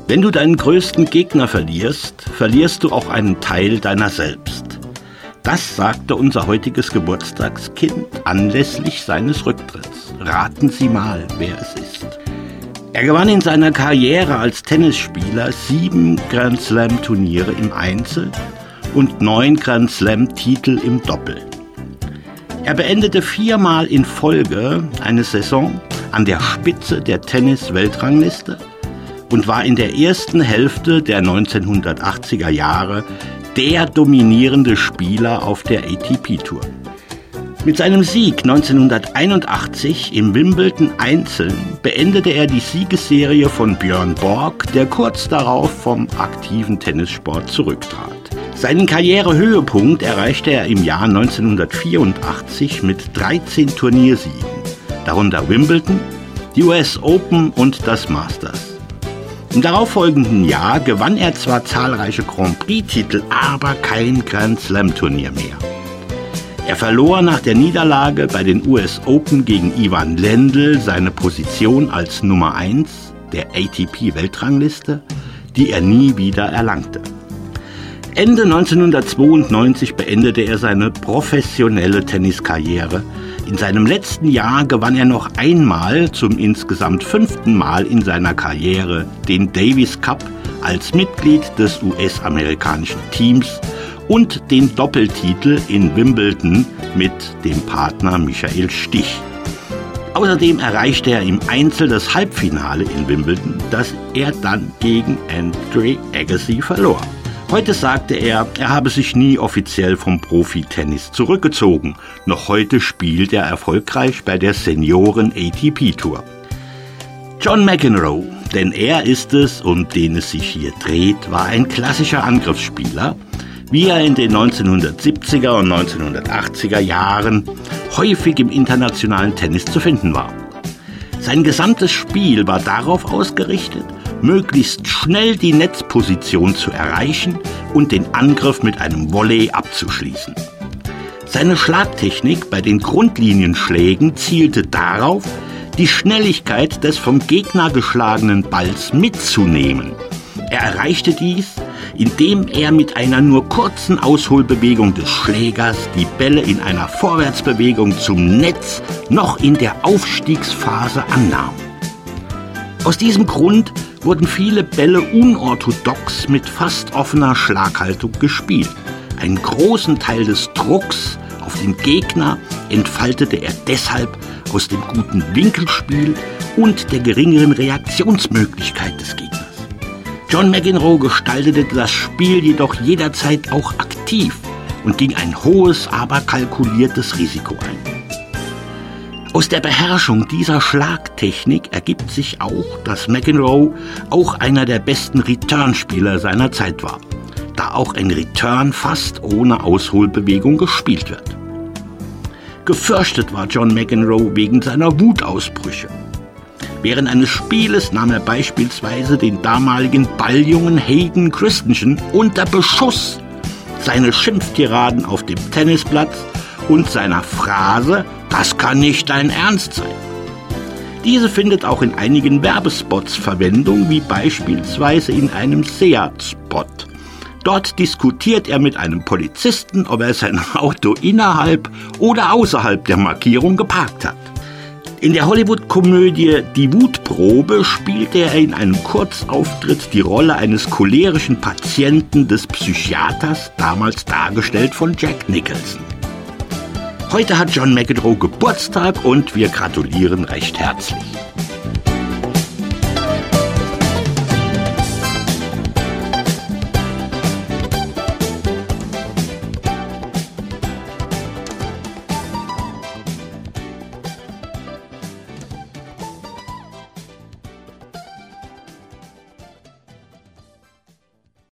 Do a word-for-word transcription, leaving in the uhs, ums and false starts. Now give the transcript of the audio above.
Wenn du deinen größten Gegner verlierst, verlierst du auch einen Teil deiner selbst. Das sagte unser heutiges Geburtstagskind anlässlich seines Rücktritts. Raten Sie mal, wer es ist. Er gewann in seiner Karriere als Tennisspieler sieben Grand Slam Turniere im Einzel und neun Grand Slam Titel im Doppel. Er beendete viermal in Folge eine Saison an der Spitze der Tennis-Weltrangliste und war in der ersten Hälfte der neunzehnhundertachtziger Jahre der dominierende Spieler auf der A T P-Tour. Mit seinem Sieg neunzehnhunderteinundachtzig im Wimbledon Einzel beendete er die Siegesserie von Björn Borg, der kurz darauf vom aktiven Tennissport zurücktrat. Seinen Karrierehöhepunkt erreichte er im Jahr neunzehnhundertvierundachtzig mit dreizehn Turniersiegen, darunter Wimbledon, die U S Open und das Masters. Im darauffolgenden Jahr gewann er zwar zahlreiche Grand Prix-Titel, aber kein Grand Slam-Turnier mehr. Er verlor nach der Niederlage bei den U S Open gegen Ivan Lendl seine Position als Nummer eins der A T P-Weltrangliste, die er nie wieder erlangte. Ende neunzehnhundertzweiundneunzig beendete er seine professionelle Tenniskarriere. In seinem letzten Jahr gewann er noch einmal, zum insgesamt fünften Mal in seiner Karriere, den Davis Cup als Mitglied des U S-amerikanischen Teams und den Doppeltitel in Wimbledon mit dem Partner Michael Stich. Außerdem erreichte er im Einzel das Halbfinale in Wimbledon, das er dann gegen Andre Agassi verlor. Heute sagte er, er habe sich nie offiziell vom Profitennis zurückgezogen. Noch heute spielt er erfolgreich bei der Senioren-A T P-Tour. John McEnroe, denn er ist es, um den es sich hier dreht, war ein klassischer Angriffsspieler, wie er in den neunzehnhundertsiebziger und neunzehnhundertachtziger Jahren häufig im internationalen Tennis zu finden war. Sein gesamtes Spiel war darauf ausgerichtet, möglichst schnell die Netzposition zu erreichen und den Angriff mit einem Volley abzuschließen. Seine Schlagtechnik bei den Grundlinienschlägen zielte darauf, die Schnelligkeit des vom Gegner geschlagenen Balls mitzunehmen. Er erreichte dies, indem er mit einer nur kurzen Ausholbewegung des Schlägers die Bälle in einer Vorwärtsbewegung zum Netz noch in der Aufstiegsphase annahm. Aus diesem Grund wurden viele Bälle unorthodox mit fast offener Schlaghaltung gespielt. Einen großen Teil des Drucks auf den Gegner entfaltete er deshalb aus dem guten Winkelspiel und der geringeren Reaktionsmöglichkeit des Gegners. John McEnroe gestaltete das Spiel jedoch jederzeit auch aktiv und ging ein hohes, aber kalkuliertes Risiko ein. Aus der Beherrschung dieser Schlagtechnik ergibt sich auch, dass McEnroe auch einer der besten Returnspieler seiner Zeit war, da auch ein Return fast ohne Ausholbewegung gespielt wird. Gefürchtet war John McEnroe wegen seiner Wutausbrüche. Während eines Spieles nahm er beispielsweise den damaligen Balljungen Hayden Christensen unter Beschuss. Seine Schimpftiraden auf dem Tennisplatz und seiner Phrase „Das kann nicht dein Ernst sein". Diese findet auch in einigen Werbespots Verwendung, wie beispielsweise in einem Seat-Spot. Dort diskutiert er mit einem Polizisten, ob er sein Auto innerhalb oder außerhalb der Markierung geparkt hat. In der Hollywood-Komödie Die Wutprobe spielte er in einem Kurzauftritt die Rolle eines cholerischen Patienten des Psychiaters, damals dargestellt von Jack Nicholson. Heute hat John McEnroe Geburtstag und wir gratulieren recht herzlich.